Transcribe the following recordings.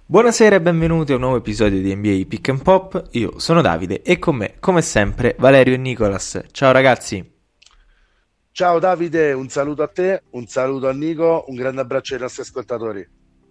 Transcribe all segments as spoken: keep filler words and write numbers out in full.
Buonasera e benvenuti a un nuovo episodio di N B A Pick and Pop. Io sono Davide e con me, come sempre, Valerio e Nicolas. Ciao ragazzi. Ciao Davide, un saluto a te, un saluto a Nico, un grande abbraccio ai nostri ascoltatori.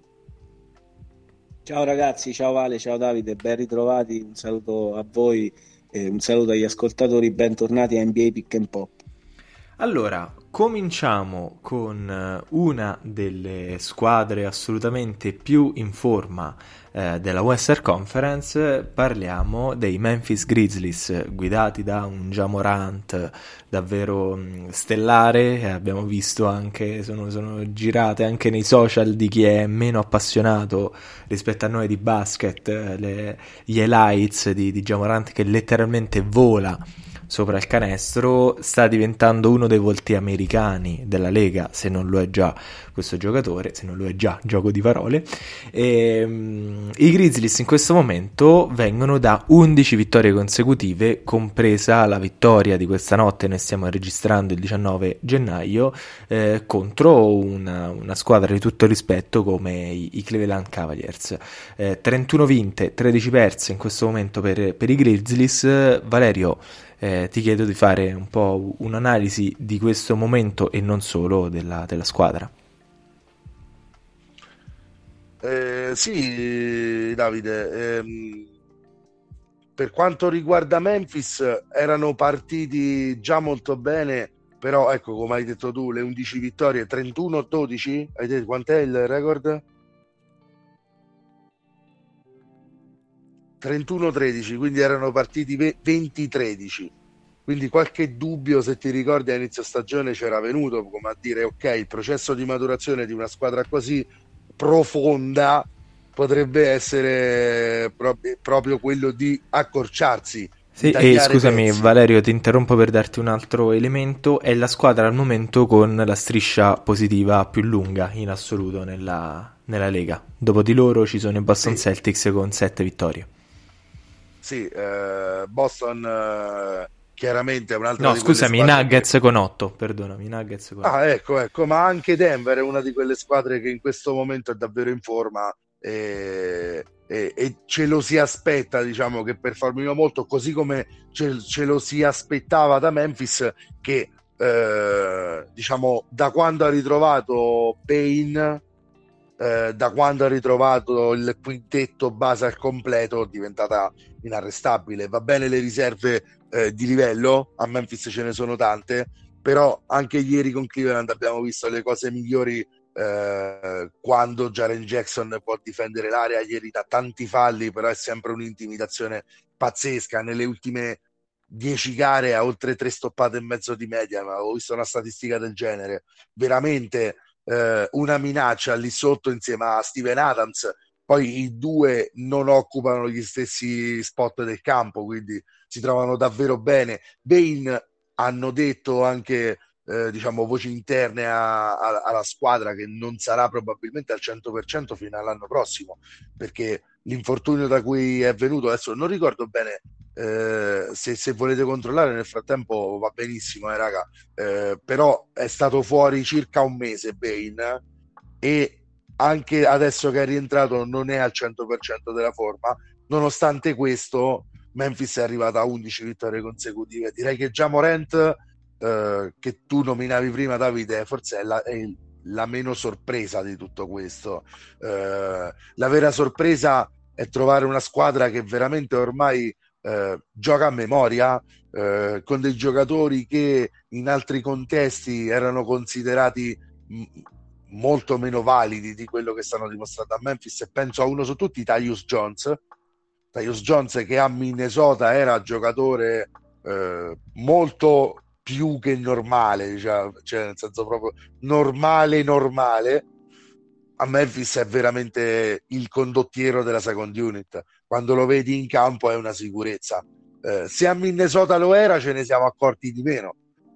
Ciao ragazzi, ciao Vale, ciao Davide, ben ritrovati, un saluto a voi e un saluto agli ascoltatori, bentornati a N B A Pick and Pop. Allora, cominciamo con eh, una delle squadre assolutamente più in forma eh, della Western Conference. Parliamo dei Memphis Grizzlies, guidati da un Ja Morant davvero mh, stellare. Eh, abbiamo visto anche, sono, sono girate anche nei social di chi è meno appassionato rispetto a noi di basket, eh, le, gli highlights di, di Ja Morant che letteralmente vola sopra il canestro. Sta diventando uno dei volti americani della Lega, se non lo è già questo giocatore, se non lo è già, gioco di parole. E, um, i Grizzlies in questo momento vengono da undici vittorie consecutive, compresa la vittoria di questa notte. Noi stiamo registrando il diciannove gennaio eh, contro una, una squadra di tutto rispetto come i, i Cleveland Cavaliers. eh, trentuno vinte, tredici perse in questo momento per, per i Grizzlies. Valerio, eh, ti chiedo di fare un po' un'analisi di questo momento e non solo della, della squadra. Eh, sì, Davide, ehm, per quanto riguarda Memphis, erano partiti già molto bene, però ecco, come hai detto tu, le undici vittorie, trentuno a dodici, hai detto quant'è il record? trentuno a tredici, quindi erano partiti venti a tredici. Quindi qualche dubbio, se ti ricordi, a inizio stagione c'era venuto, come a dire, ok, il processo di maturazione di una squadra così profonda potrebbe essere pro- proprio quello di accorciarsi, di Sì, e tagliare i scusami pezzi. Valerio, ti interrompo per darti un altro elemento. È la squadra al momento con la striscia positiva più lunga in assoluto nella, nella Lega. Dopo di loro ci sono i Boston Sì, Celtics con sette vittorie. sì, eh, Boston eh, chiaramente è un'altra No, di quelle scusami, i squadre che... Nuggets con otto, perdonami, i Nuggets con Ah, otto. ecco, ecco, ma anche Denver è una di quelle squadre che in questo momento è davvero in forma e, e- e ce lo si aspetta, diciamo, che performino molto, così come ce, ce lo si aspettava da Memphis, che eh, diciamo da quando ha ritrovato Payne, eh, da quando ha ritrovato il quintetto base al completo, è diventata inarrestabile. Va bene le riserve eh, di livello, a Memphis ce ne sono tante, però anche ieri con Cleveland abbiamo visto le cose migliori, eh, quando Jaren Jackson può difendere l'area. Ieri da tanti falli, però è sempre un'intimidazione pazzesca. Nelle ultime dieci gare ha oltre tre stoppate e mezzo di media, ma ho visto una statistica del genere. Veramente eh, una minaccia lì sotto insieme a Steven Adams. Poi i due non occupano gli stessi spot del campo, quindi si trovano davvero bene. Bane, hanno detto anche eh, diciamo voci interne a, a, alla squadra, che non sarà probabilmente al cento per cento fino all'anno prossimo, perché l'infortunio da cui è venuto, adesso non ricordo bene, eh, se, se volete controllare nel frattempo va benissimo, eh, raga, eh, però è stato fuori circa un mese Bane, e anche adesso che è rientrato non è al cento per cento della forma. Nonostante questo Memphis è arrivata a undici vittorie consecutive. Direi che già Morant, eh, che tu nominavi prima, Davide, forse è la, è la meno sorpresa di tutto questo. Eh, la vera sorpresa è trovare una squadra che veramente ormai eh, gioca a memoria, eh, con dei giocatori che in altri contesti erano considerati m- molto meno validi di quello che stanno dimostrando a Memphis. E penso a uno su tutti, Tyus Jones. Tyus Jones, che a Minnesota era giocatore eh, molto più che normale, diciamo, cioè nel senso proprio normale normale. A Memphis è veramente il condottiero della second unit. Quando lo vedi in campo è una sicurezza. Eh, se a Minnesota lo era, ce ne siamo accorti di meno.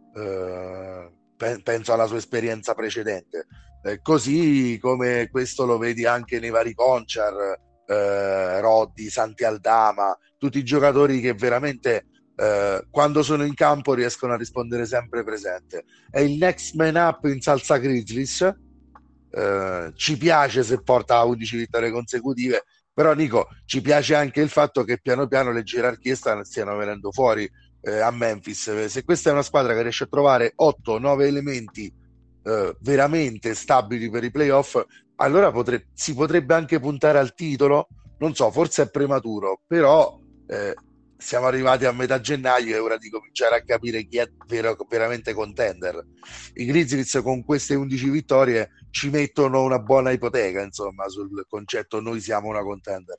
Eh, pe- penso alla sua esperienza precedente. Eh, così come questo lo vedi anche nei vari Conchar, eh, Roddi, Santi Aldama, tutti i giocatori che veramente eh, quando sono in campo riescono a rispondere sempre presente. È il next man up in salsa Grizzlies, eh, ci piace se porta a undici vittorie consecutive, però Nico, ci piace anche il fatto che piano piano le gerarchie stanno, stiano venendo fuori eh, a Memphis. Se questa è una squadra che riesce a trovare otto nove elementi eh, veramente stabili per i playoff, allora potre- si potrebbe anche puntare al titolo. Non so, forse è prematuro, però eh, siamo arrivati a metà gennaio, è ora di cominciare a capire chi è vero- veramente contender. I Grizzlies con queste undici vittorie ci mettono una buona ipoteca, insomma, sul concetto noi siamo una contender.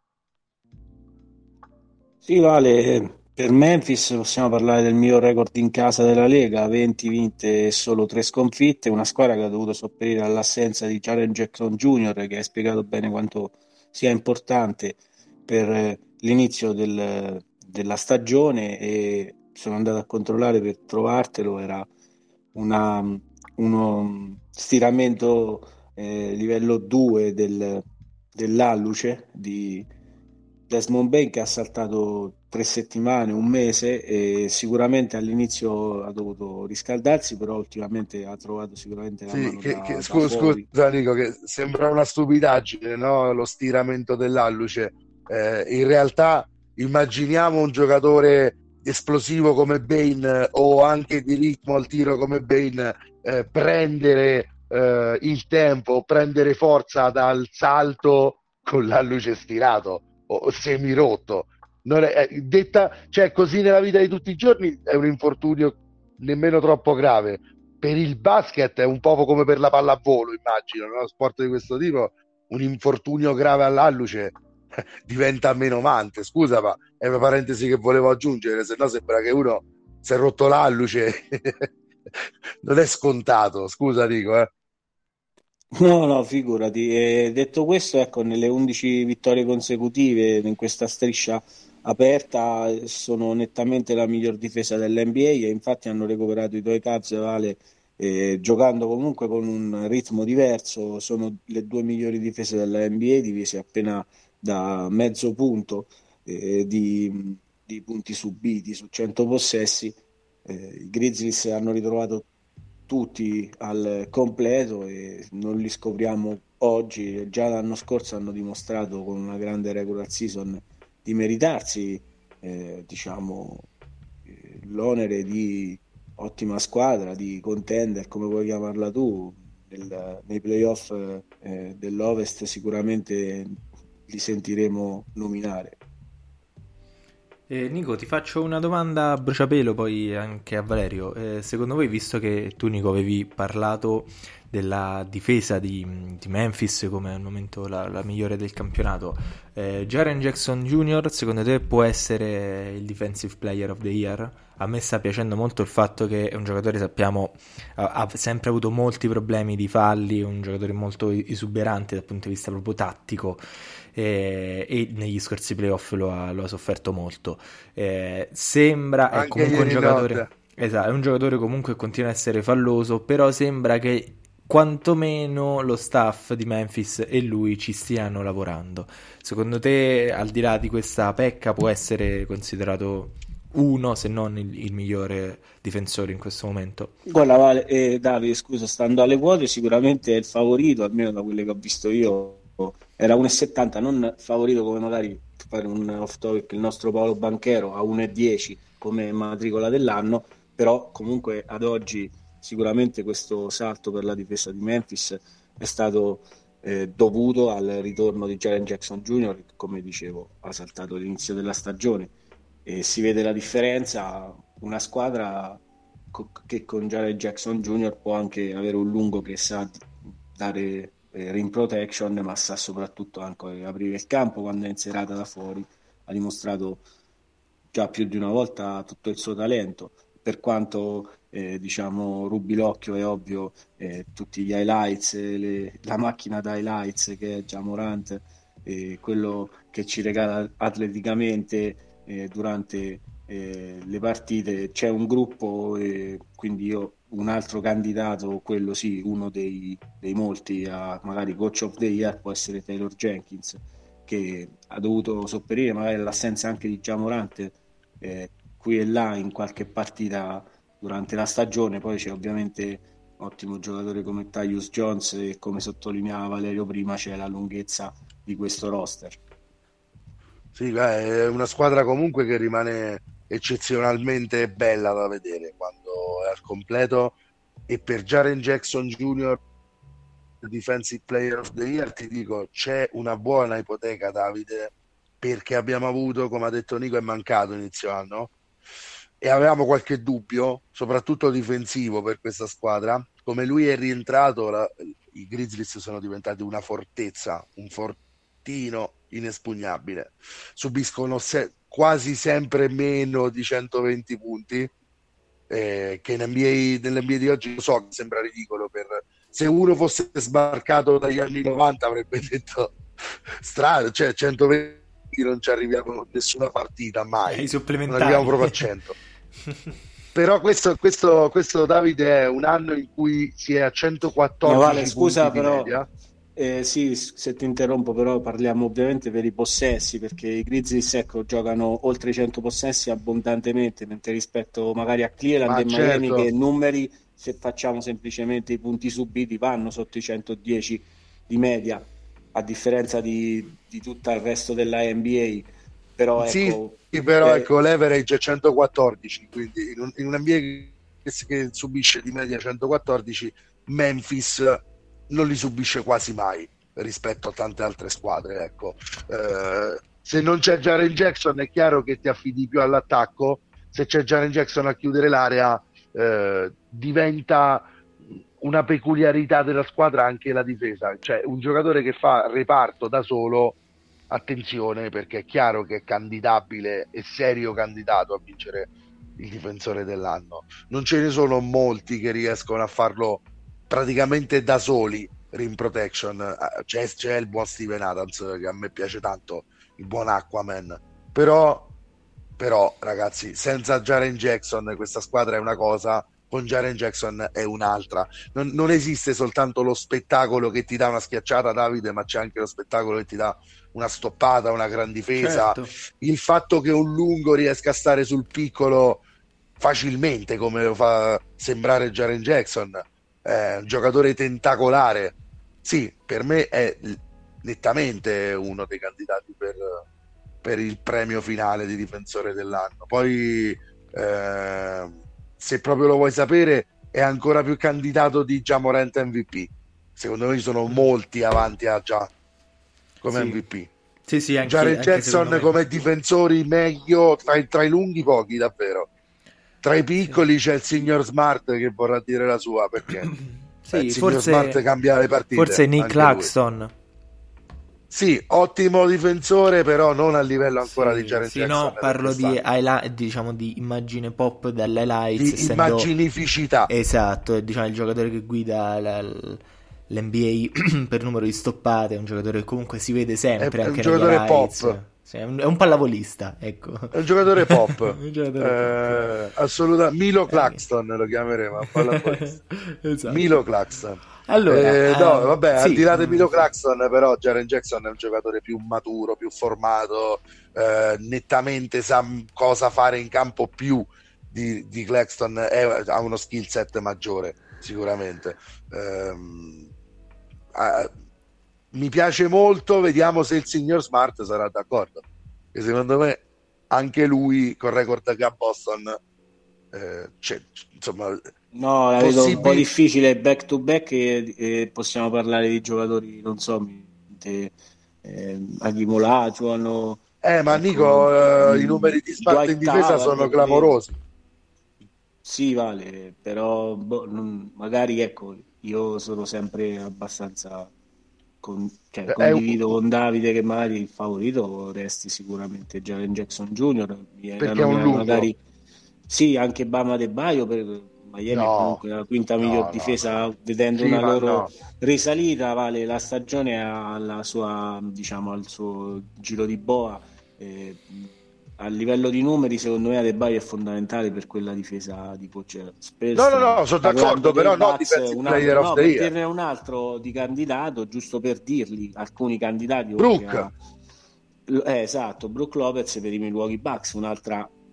Sì, Vale, per Memphis possiamo parlare del miglior record in casa della Lega, venti vinte e solo tre sconfitte, una squadra che ha dovuto sopperire all'assenza di Jaren Jackson Junior, che hai spiegato bene quanto sia importante per eh, l'inizio del- della stagione, e sono andato a controllare per trovartelo, era una- uno stiramento eh, livello due del, dell'alluce di Desmond Bain, che ha saltato tre settimane, un mese, e sicuramente all'inizio ha dovuto riscaldarsi, però ultimamente ha trovato sicuramente la Sì, mano che, che- da, da scu- fuori. scusa Nico, che sembra una stupidaggine, no? Lo stiramento dell'alluce. Eh, in realtà immaginiamo un giocatore esplosivo come Bane eh, o anche di ritmo al tiro come Bane eh, prendere eh, il tempo, prendere forza dal salto con l'alluce stirato o, o semirotto. Non è, è- detta, cioè, così nella vita di tutti i giorni è un infortunio nemmeno troppo grave. Per il basket è un po' come per la pallavolo, immagino, no? Sport di questo tipo, un infortunio grave all'alluce diventa menomante. Scusa, ma è una parentesi che volevo aggiungere, se no sembra che uno si è rotto l'alluce. Non è scontato, scusa dico, eh. No, no, figurati. E detto questo, ecco, nelle undici vittorie consecutive in questa striscia aperta eh, sono nettamente la miglior difesa dell'N B A, e infatti hanno recuperato i tuoi Cavs, Vale, eh, giocando comunque con un ritmo diverso. Sono le due migliori difese della N B A, divise appena da mezzo punto eh, di, di punti subiti su cento possessi. Eh, I Grizzlies hanno ritrovato tutti al completo e non li scopriamo oggi. Già l'anno scorso hanno dimostrato con una grande regular season di meritarsi, eh, diciamo, eh, l'onere di ottima squadra, di contender, come vuoi chiamarla tu, nel- nei playoff eh, dell'Ovest sicuramente li sentiremo nominare. Eh, Nico, ti faccio una domanda a bruciapelo, poi anche a Valerio. Eh, secondo voi, visto che tu, Nico, avevi parlato della difesa di, di Memphis come al momento la, la migliore del campionato, eh, Jaren Jackson Junior secondo te può essere il Defensive Player of the Year? A me sta piacendo molto il fatto che è un giocatore, sappiamo, ha, ha sempre avuto molti problemi di falli, un giocatore molto esuberante dal punto di vista proprio tattico, eh, e negli scorsi playoff lo ha, lo ha sofferto molto. Eh, sembra, è Anche comunque un ieri giocatore, notte. esatto, è un giocatore comunque che continua a essere falloso, però sembra che quantomeno lo staff di Memphis e lui ci stiano lavorando. Secondo te, al di là di questa pecca, può essere considerato uno, se non il, il migliore difensore in questo momento? Guarda, Vale, eh, Davide, scusa, stando alle quote, sicuramente è il favorito, almeno da quelle che ho visto io. Era uno e settanta, non favorito come magari, per fare un off topic, il nostro Paolo Banchero a uno e dieci come matricola dell'anno, però comunque ad oggi sicuramente questo salto per la difesa di Memphis è stato eh, dovuto al ritorno di Jaren Jackson Junior, che come dicevo ha saltato l'inizio della stagione, e si vede la differenza. Una squadra co- che con Jared Jackson Junior può anche avere un lungo che sa dare eh, rim protection, ma sa soprattutto anche aprire il campo quando è inserata da fuori. Ha dimostrato già più di una volta tutto il suo talento, per quanto eh, diciamo rubi l'occhio, è ovvio, eh, tutti gli highlights, eh, le- la macchina da highlights che è già Morant, eh, quello che ci regala atleticamente eh, durante eh, le partite. C'è un gruppo, e quindi io un altro candidato, quello sì, uno dei, dei molti a magari Coach of the Year, può essere Taylor Jenkins, che ha dovuto sopperire magari all'assenza anche di Giamorante eh, qui e là in qualche partita durante la stagione. Poi c'è ovviamente ottimo giocatore come Tyus Jones, e come sottolineava Valerio prima c'è la lunghezza di questo roster. Sì, è una squadra comunque che rimane eccezionalmente bella da vedere quando è al completo, e per Jaren Jackson Junior Defensive Player of the Year ti dico c'è una buona ipoteca, Davide, perché abbiamo avuto, come ha detto Nico, è mancato inizio anno e avevamo qualche dubbio soprattutto difensivo per questa squadra. Come lui è rientrato, la, i Grizzlies sono diventati una fortezza, un fortino inespugnabile, subiscono se, quasi sempre meno di centoventi punti, eh, che in N B A, nell'N B A di oggi, lo so che sembra ridicolo, per se uno fosse sbarcato dagli anni novanta avrebbe detto strano, cioè centoventi non ci arriviamo a nessuna partita mai, I supplementari. non arriviamo proprio a cento. Però questo, questo, questo Davide è un anno in cui si è a centoquattordici no, vale, scusa, punti però, di media. Eh, sì, se ti interrompo, però parliamo ovviamente per i possessi, perché i Grizzlies, ecco, giocano oltre i cento possessi abbondantemente, mentre rispetto magari a Cleveland Ma e Miami, certo, che numeri, se facciamo semplicemente i punti subiti, vanno sotto i centodieci di media, a differenza di, di tutto il resto della N B A. Però sì, ecco, sì, però eh, ecco, l'average è centoquattordici, quindi in un, in un N B A che, che subisce di media centoquattordici, Memphis non li subisce quasi mai rispetto a tante altre squadre, ecco. Eh, se non c'è Jaren Jackson è chiaro che ti affidi più all'attacco, se c'è Jaren Jackson a chiudere l'area eh, diventa una peculiarità della squadra anche la difesa, cioè un giocatore che fa reparto da solo, attenzione, perché è chiaro che è candidabile e serio candidato a vincere il difensore dell'anno. Non ce ne sono molti che riescono a farlo praticamente da soli, rim protection. C'è, c'è il buon Steven Adams, che a me piace tanto, il buon Aquaman, però però ragazzi, senza Jaren Jackson questa squadra è una cosa, con Jaren Jackson è un'altra. Non, non esiste soltanto lo spettacolo che ti dà una schiacciata, Davide, ma c'è anche lo spettacolo che ti dà una stoppata, una gran difesa, Certo. il fatto che un lungo riesca a stare sul piccolo facilmente, come lo fa sembrare Jaren Jackson, è un giocatore tentacolare. Sì, per me è nettamente uno dei candidati per, per il premio finale di difensore dell'anno. Poi eh, se proprio lo vuoi sapere, è ancora più candidato di Ja Morant M V P. Secondo me ci sono molti avanti a Ja come Sì. M V P. Sì, sì, anche, Jaren anche Jackson secondo me. come difensori meglio tra, tra i lunghi pochi, davvero. Tra i piccoli Sì. c'è il signor Smart che vorrà dire la sua, perché Sì, il signor forse, Smart cambia le partite. forse Nick anche lui. Claxton. Sì, ottimo difensore, però non a livello ancora Sì, di Jaren sì, Jackson. no, parlo di, highlight, diciamo, di immagine pop dall'highlights, di essendo... immaginificità. Esatto, diciamo il giocatore che guida la, l'N B A per numero di stoppate, è un giocatore che comunque si vede sempre È, è anche un giocatore negli highlights. pop. Sì, è, un, è un pallavolista, ecco. È un giocatore pop. un giocatore eh, pop. Assolutamente. Milo Eh. Claxton lo chiameremo, un pallavolista. Esatto. Milo Claxton. Allora, Eh, no, um, vabbè, sì. al di là di Milo Claxton, però Jaren Jackson è un giocatore più maturo, più formato, eh, nettamente sa cosa fare in campo più di, di Claxton, è, ha uno skill set maggiore sicuramente. Um, uh, mi piace molto, vediamo se il signor Smart sarà d'accordo, che secondo me anche lui col record che ha Boston eh, c'è, insomma, no, la possibili... vedo un po' difficile back to back, e, e possiamo parlare di giocatori, non so, eh, Aghimolato, eh ma ecco, Nico, eh, i numeri di Smart Dwight in difesa Howard, sono clamorosi. Sì, vale, però boh, non, magari ecco, io sono sempre abbastanza con, cioè, È un... condivido con Davide che magari il favorito resti sicuramente Jaren Jackson Junior, mi viene da perché è un nominare lungo. magari sì, anche Bam Adebayo, per Miami No, è comunque la quinta no, miglior no, difesa, no. vedendo Sì, una ma loro no. risalita, vale, la stagione alla sua, diciamo, al suo giro di boa, eh, a livello di numeri secondo me Adebayo è fondamentale per quella difesa di Coach No, no, no, sono d'accordo, però no Defensive Player of no, the per Year. dirne un altro di candidato, giusto per dirli, alcuni candidati Brook. a, eh, esatto, Brook Lopez per i Milwaukee Bucks, un'altra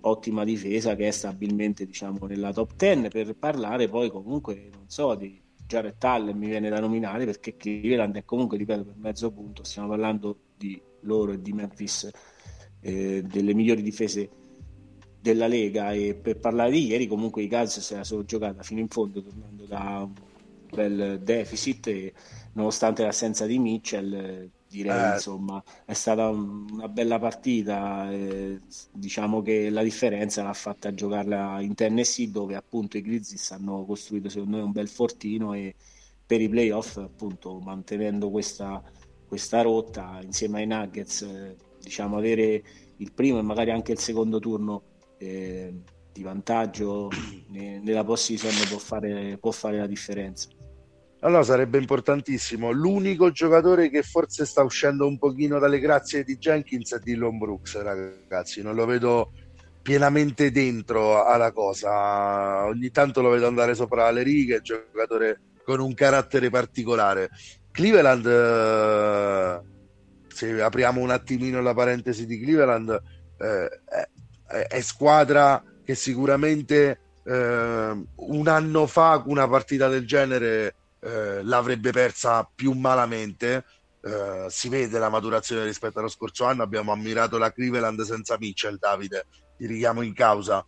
ottima difesa che è stabilmente, diciamo, nella top dieci, per parlare poi comunque, non so, di Jarrett Allen mi viene da nominare, perché Cleveland è comunque, ripeto, per mezzo punto, stiamo parlando di loro e di Memphis, eh, delle migliori difese della Lega, e per parlare di ieri comunque i Cavs se la sono giocata fino in fondo, tornando da un bel deficit, e nonostante l'assenza di Mitchell, direi Eh, insomma è stata un- una bella partita, eh, diciamo che la differenza l'ha fatta giocarla in Tennessee, dove appunto i Grizzlies hanno costruito secondo me un bel fortino, e per i playoff appunto mantenendo questa, questa rotta insieme ai Nuggets, eh, diciamo avere il primo e magari anche il secondo turno eh, di vantaggio ne- nella post-season può fare, può fare la differenza. allora sarebbe importantissimo. L'unico giocatore che forse sta uscendo un pochino dalle grazie di Jenkins è Dillon Brooks, ragazzi. Non lo vedo pienamente dentro alla cosa. Ogni tanto lo vedo andare sopra le righe, giocatore con un carattere particolare. Cleveland, eh, se apriamo un attimino la parentesi di Cleveland, eh, è, è- è squadra che sicuramente eh, un anno fa una partita del genere eh, l'avrebbe persa più malamente. Eh, si vede la maturazione rispetto allo scorso anno. Abbiamo ammirato la Cleveland senza Mitchell, Davide, ti richiamo in causa.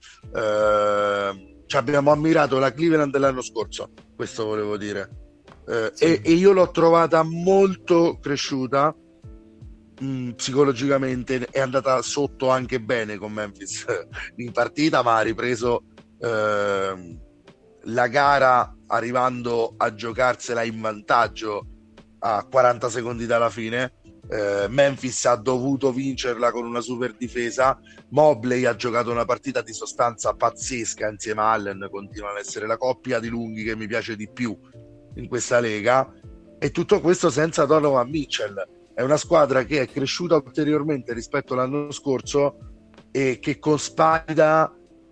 Eh, ci abbiamo ammirato la Cleveland dell'anno scorso, questo volevo dire. Eh, Sì. e, e io l'ho trovata molto cresciuta mh, psicologicamente, è andata sotto anche bene con Memphis in partita, ma ha ripreso ehm, la gara arrivando a giocarsela in vantaggio a quaranta secondi dalla fine. Eh, Memphis ha dovuto vincerla con una super difesa. Mobley ha giocato una partita di sostanza pazzesca insieme a Allen, continua ad essere la coppia di lunghi che mi piace di più in questa lega, e tutto questo senza Donovan Mitchell. È una squadra che è cresciuta ulteriormente rispetto all'anno scorso e che con Spida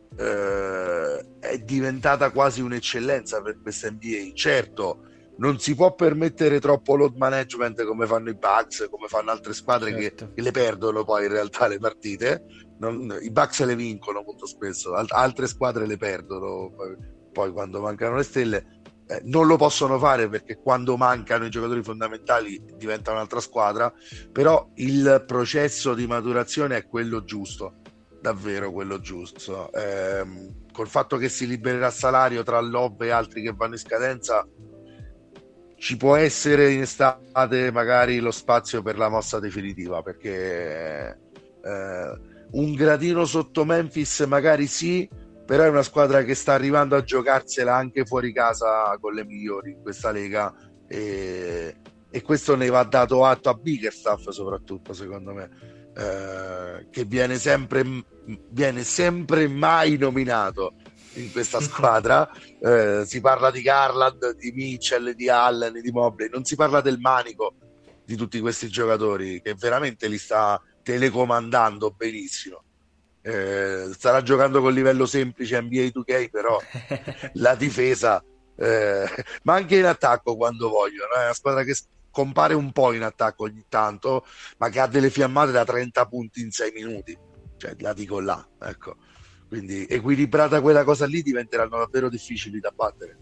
eh, è diventata quasi un'eccellenza per questa N B A. Certo, non si può permettere troppo load management come fanno i Bucks, come fanno altre squadre Certo. che, che le perdono poi in realtà le partite. Non, i Bucks le vincono molto spesso, al- altre squadre le perdono poi, poi quando mancano le stelle. Eh, non lo possono fare perché quando mancano i giocatori fondamentali diventa un'altra squadra, però il processo di maturazione è quello giusto, davvero quello giusto. Ehm, col fatto che si libererà salario tra Love e altri che vanno in scadenza, ci può essere in estate magari lo spazio per la mossa definitiva, perché eh, un gradino sotto Memphis magari sì, però è una squadra che sta arrivando a giocarsela anche fuori casa con le migliori in questa lega, e, e questo ne va dato atto a Bickerstaff soprattutto, secondo me, eh, che viene sempre viene sempre mai nominato in questa squadra. Eh, si parla di Garland, di Mitchell, di Allen, di Mobley, non si parla del manico di tutti questi giocatori che veramente li sta telecomandando benissimo. Eh, starà giocando con livello semplice N B A due K, però la difesa, eh, ma anche in attacco quando vogliono, è una squadra che compare un po' in attacco ogni tanto, ma che ha delle fiammate da trenta punti in sei minuti, cioè la dico là, ecco. Quindi equilibrata quella cosa lì diventeranno davvero difficili da battere.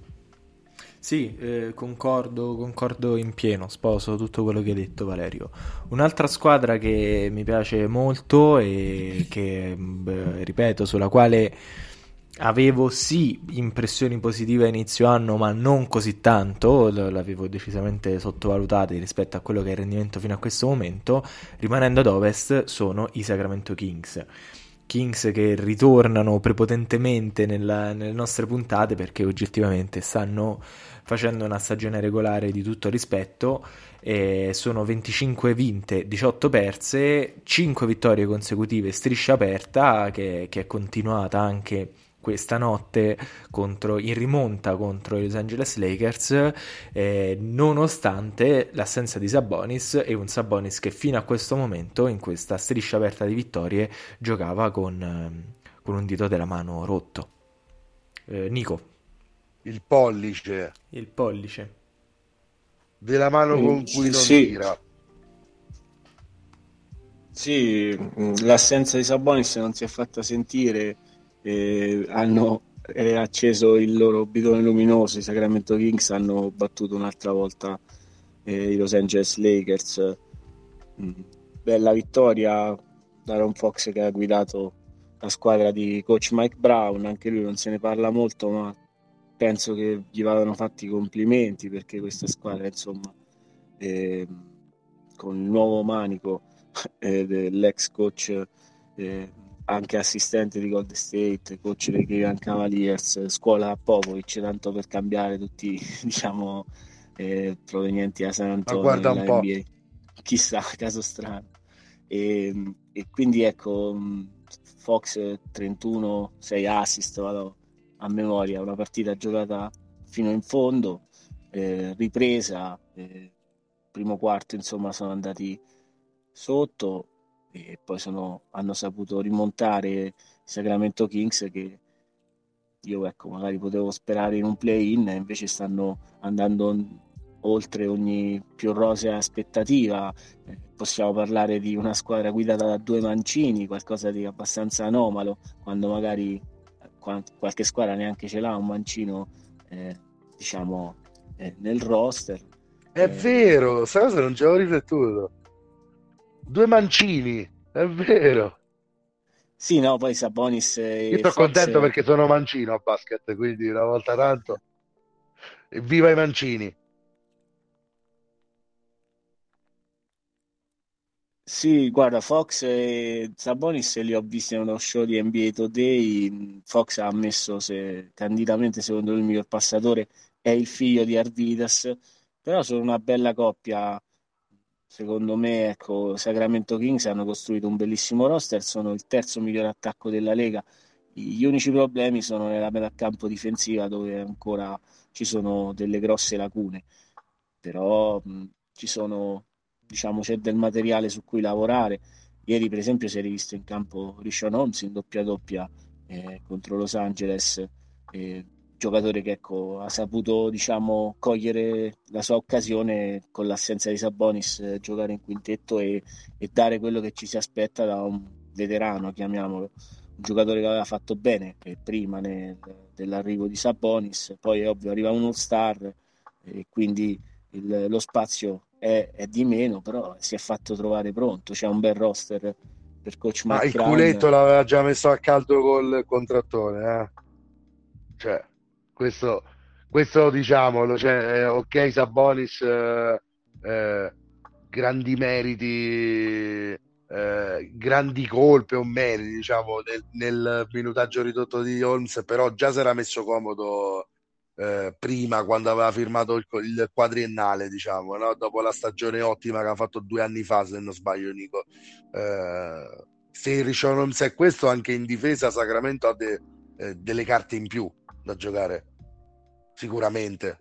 Sì, eh, concordo, concordo in pieno, sposo tutto quello che hai detto, Valerio. Un'altra squadra che mi piace molto e che, beh, ripeto, sulla quale avevo sì impressioni positive a inizio anno, ma non così tanto, l- l'avevo decisamente sottovalutata rispetto a quello che è il rendimento fino a questo momento, rimanendo ad ovest, sono i Sacramento Kings. Kings che ritornano prepotentemente nella- nelle nostre puntate perché oggettivamente stanno facendo una stagione regolare di tutto rispetto. E sono venticinque vinte, diciotto perse, cinque vittorie consecutive, striscia aperta che, che è continuata anche questa notte contro, in rimonta contro i Los Angeles Lakers, eh, nonostante l'assenza di Sabonis, e un Sabonis che fino a questo momento in questa striscia aperta di vittorie giocava con, ehm, con un dito della mano rotto. Eh, Nico, Il pollice il pollice. della mano Mm, con cui non sì, tira. Sì, l'assenza di Sabonis non si è fatta sentire, eh, hanno eh, acceso il loro bidone luminoso, i Sacramento Kings hanno battuto un'altra volta eh, i Los Angeles Lakers. Mm. Bella vittoria da Ron Fox che ha guidato la squadra di coach Mike Brown, anche lui non se ne parla molto, ma penso che gli vadano fatti i complimenti perché questa squadra, insomma, eh, con il nuovo manico eh, dell'ex coach, eh, anche assistente di Golden State, coach dei Cleveland Cavaliers, scuola Popovic, tanto per cambiare tutti, diciamo, eh, provenienti da San Ma Antonio guarda un nella po'. N B A. Chissà, caso strano. E, e quindi ecco, Fox trentuno, sei assist, vado a memoria, una partita giocata fino in fondo, eh, ripresa, eh, primo quarto insomma sono andati sotto e poi sono, hanno saputo rimontare i Sacramento Kings che io ecco magari potevo sperare in un play-in e invece stanno andando oltre ogni più rosea aspettativa. Eh, possiamo parlare di una squadra guidata da due mancini, qualcosa di abbastanza anomalo, quando magari eh, qualche squadra neanche ce l'ha un mancino eh, diciamo eh, nel roster. È Eh, vero, sta cosa non ci avevo riflettuto. Due mancini, è vero. sì, no, poi Sabonis Io e sono Fox. contento perché sono mancino a basket, quindi una volta tanto. Evviva i mancini. Sì, guarda, Fox e Sabonis li ho visti nello show di N B A Today. Fox ha ammesso se, candidamente, secondo lui, il miglior passatore è il figlio di Arvidas, però sono una bella coppia. Secondo me, ecco, Sacramento Kings hanno costruito un bellissimo roster, sono il terzo miglior attacco della Lega. Gli unici problemi sono nella metà campo difensiva dove ancora ci sono delle grosse lacune, però mh, ci sono, diciamo, c'è del materiale su cui lavorare. Ieri, per esempio, si è rivisto in campo Rishon Holmes in doppia doppia eh, contro Los Angeles, eh, giocatore che ecco, ha saputo diciamo, cogliere la sua occasione con l'assenza di Sabonis, eh, giocare in quintetto e, e dare quello che ci si aspetta da un veterano, chiamiamolo, un giocatore che aveva fatto bene eh, prima nel, dell'arrivo di Sabonis, poi è ovvio arriva un all-star e quindi il, lo spazio è, è di meno, però si è fatto trovare pronto, c'è un bel roster per coach Ma Mike il Brown. culetto l'aveva già messo a caldo col contrattore, eh? Cioè, questo, questo diciamolo, cioè, eh, ok, Sabonis, eh, eh, grandi meriti, eh, grandi colpe o meriti, diciamo, nel, nel minutaggio ridotto di Holmes, però già si era messo comodo eh, prima, quando aveva firmato il, il quadriennale, diciamo, no? Dopo la stagione ottima che ha fatto due anni fa, se non sbaglio, Nico. Eh, se Rishon Holmes è questo, anche in difesa Sacramento ha de- eh, delle carte in più da giocare, sicuramente.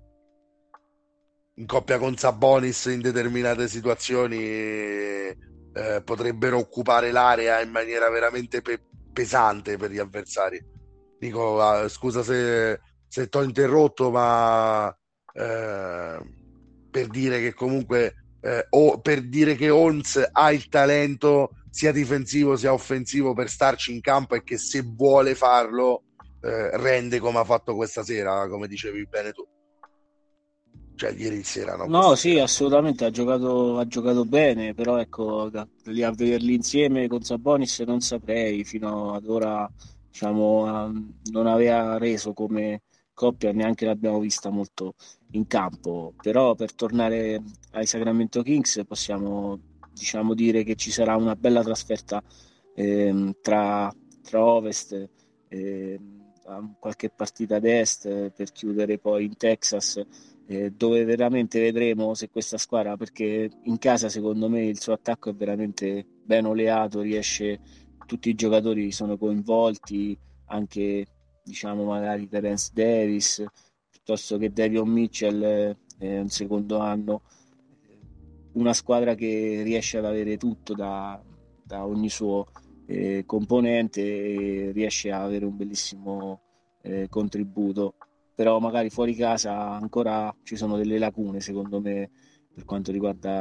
In coppia con Sabonis in determinate situazioni eh, potrebbero occupare l'area in maniera veramente pe- pesante per gli avversari. Dico, ah, scusa se, se ti ho interrotto, ma eh, per dire che comunque eh, o per dire che Holmes ha il talento sia difensivo sia offensivo per starci in campo e che se vuole farlo eh, rende come ha fatto questa sera, come dicevi bene tu. Cioè ieri sera, no, No, questa sì, sera. assolutamente ha giocato, ha giocato bene, però ecco, da- lì a vederli insieme con Sabonis non saprei, fino ad ora diciamo, ah, non aveva reso come coppia, neanche l'abbiamo vista molto in campo, però per tornare ai Sacramento Kings possiamo diciamo, dire che ci sarà una bella trasferta ehm, tra, tra Ovest e qualche partita ad Est eh, per chiudere poi in Texas eh, dove veramente vedremo se questa squadra, perché in casa secondo me il suo attacco è veramente ben oleato, riesce, tutti i giocatori sono coinvolti, anche diciamo magari Terence Davis, piuttosto che Davion Mitchell eh, è un secondo anno, una squadra che riesce ad avere tutto da, da ogni suo eh, componente e riesce a avere un bellissimo eh, contributo, però magari fuori casa ancora ci sono delle lacune secondo me per quanto riguarda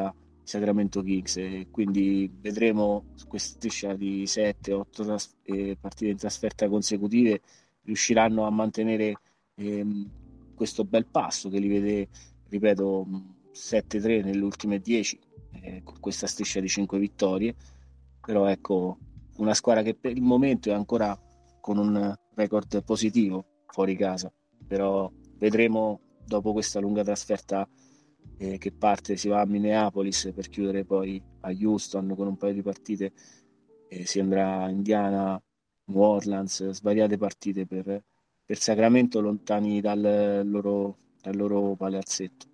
Sacramento Kings, e quindi vedremo su questa striscia di sette otto tras- eh, partite in trasferta consecutive riusciranno a mantenere ehm, questo bel passo che li vede, ripeto, sette tre nelle ultime dieci, eh, con questa striscia di cinque vittorie. Però ecco, una squadra che per il momento è ancora con un record positivo fuori casa, però vedremo dopo questa lunga trasferta eh, che parte, si va a Minneapolis per chiudere poi a Houston con un paio di partite, eh, si andrà a Indiana, New Orleans, svariate partite per, per Sacramento lontani dal loro, dal loro palazzetto.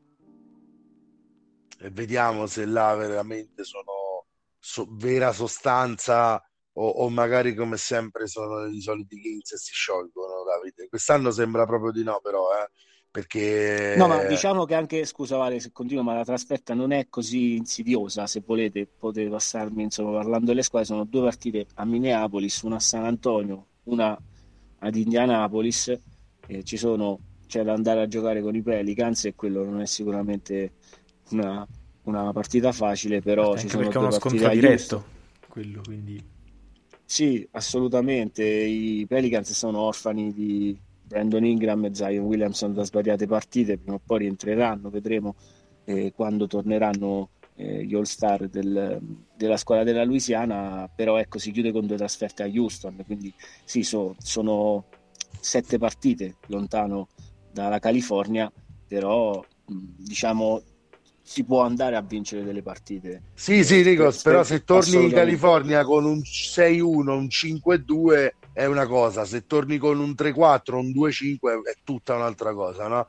E vediamo se là veramente sono so- vera sostanza o, o magari come sempre sono i soliti Kings e si sciolgono, Davide. Quest'anno sembra proprio di no, però, eh, No, ma perché diciamo che anche, scusa Vale se continuo, ma la trasferta non è così insidiosa, se volete potete passarmi, insomma, parlando delle squadre, sono due partite a Minneapolis, una a San Antonio, una ad Indianapolis, e ci sono, c'è da andare a giocare con i Pelicans e quello non è sicuramente una, una partita facile, però ci Anche sono perché è due uno partite scontro a Houston. diretto, quello, quindi... Sì, assolutamente. I Pelicans sono orfani di Brandon Ingram e Zion Williamson da svariate partite, prima o poi rientreranno, vedremo eh, quando torneranno eh, gli All-Star del- della squadra della Louisiana, però ecco, si chiude con due trasferte a Houston, quindi sì, so- sono sette partite lontano dalla California, però mh, diciamo si può andare a vincere delle partite. sì, Eh, sì, spe- Nikos, però spe- se torni in assolutamente. California con un sei uno, un cinque due è una cosa, se torni con un tre quattro, un due cinque è tutta un'altra cosa, no?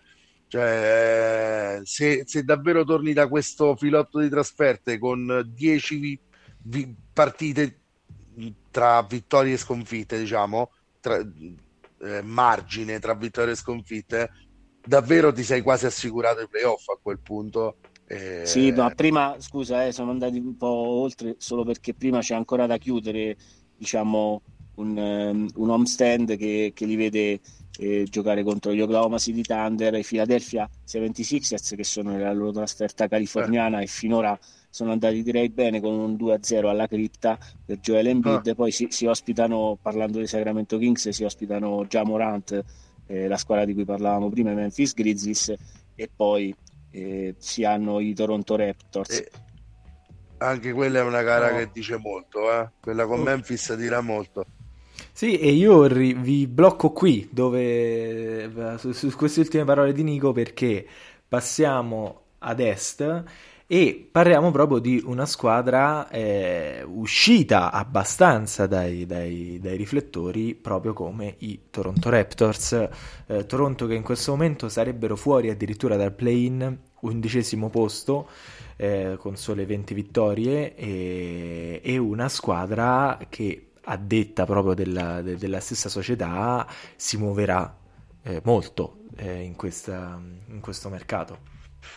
Cioè, eh, se, se davvero torni da questo filotto di trasferte con dieci vi- vi- partite tra vittorie e sconfitte, diciamo, tra, eh, margine tra vittorie e sconfitte, davvero ti sei quasi assicurato i playoff a quel punto. Sì, ma Eh, prima, scusa, eh, sono andati un po' oltre, solo perché prima c'è ancora da chiudere, diciamo, un, ehm, un homestand che, che li vede eh, giocare contro gli Oklahoma City Thunder, i Philadelphia settantasei ers, che sono nella loro trasferta eh, californiana e finora sono andati direi bene con un due a zero alla cripta per Joel ah. Embiid. Poi si, si ospitano, parlando dei Sacramento Kings, si ospitano Ja Morant, eh, la squadra di cui parlavamo prima, i Memphis Grizzlies, e poi eh, si hanno i Toronto Raptors. E anche quella è una gara Oh. che dice molto, eh? Quella con Oh. Memphis dirà molto. Sì, e io ri- vi blocco qui dove, su, su queste ultime parole di Nico, perché passiamo ad est e parliamo proprio di una squadra eh, uscita abbastanza dai, dai- dai riflettori, proprio come i Toronto Raptors. Eh, Toronto che in questo momento sarebbero fuori addirittura dal play-in, undicesimo posto, eh, con sole venti vittorie, e, e una squadra che a detta proprio della, de- della stessa società si muoverà eh, molto eh, in questa- in questo mercato.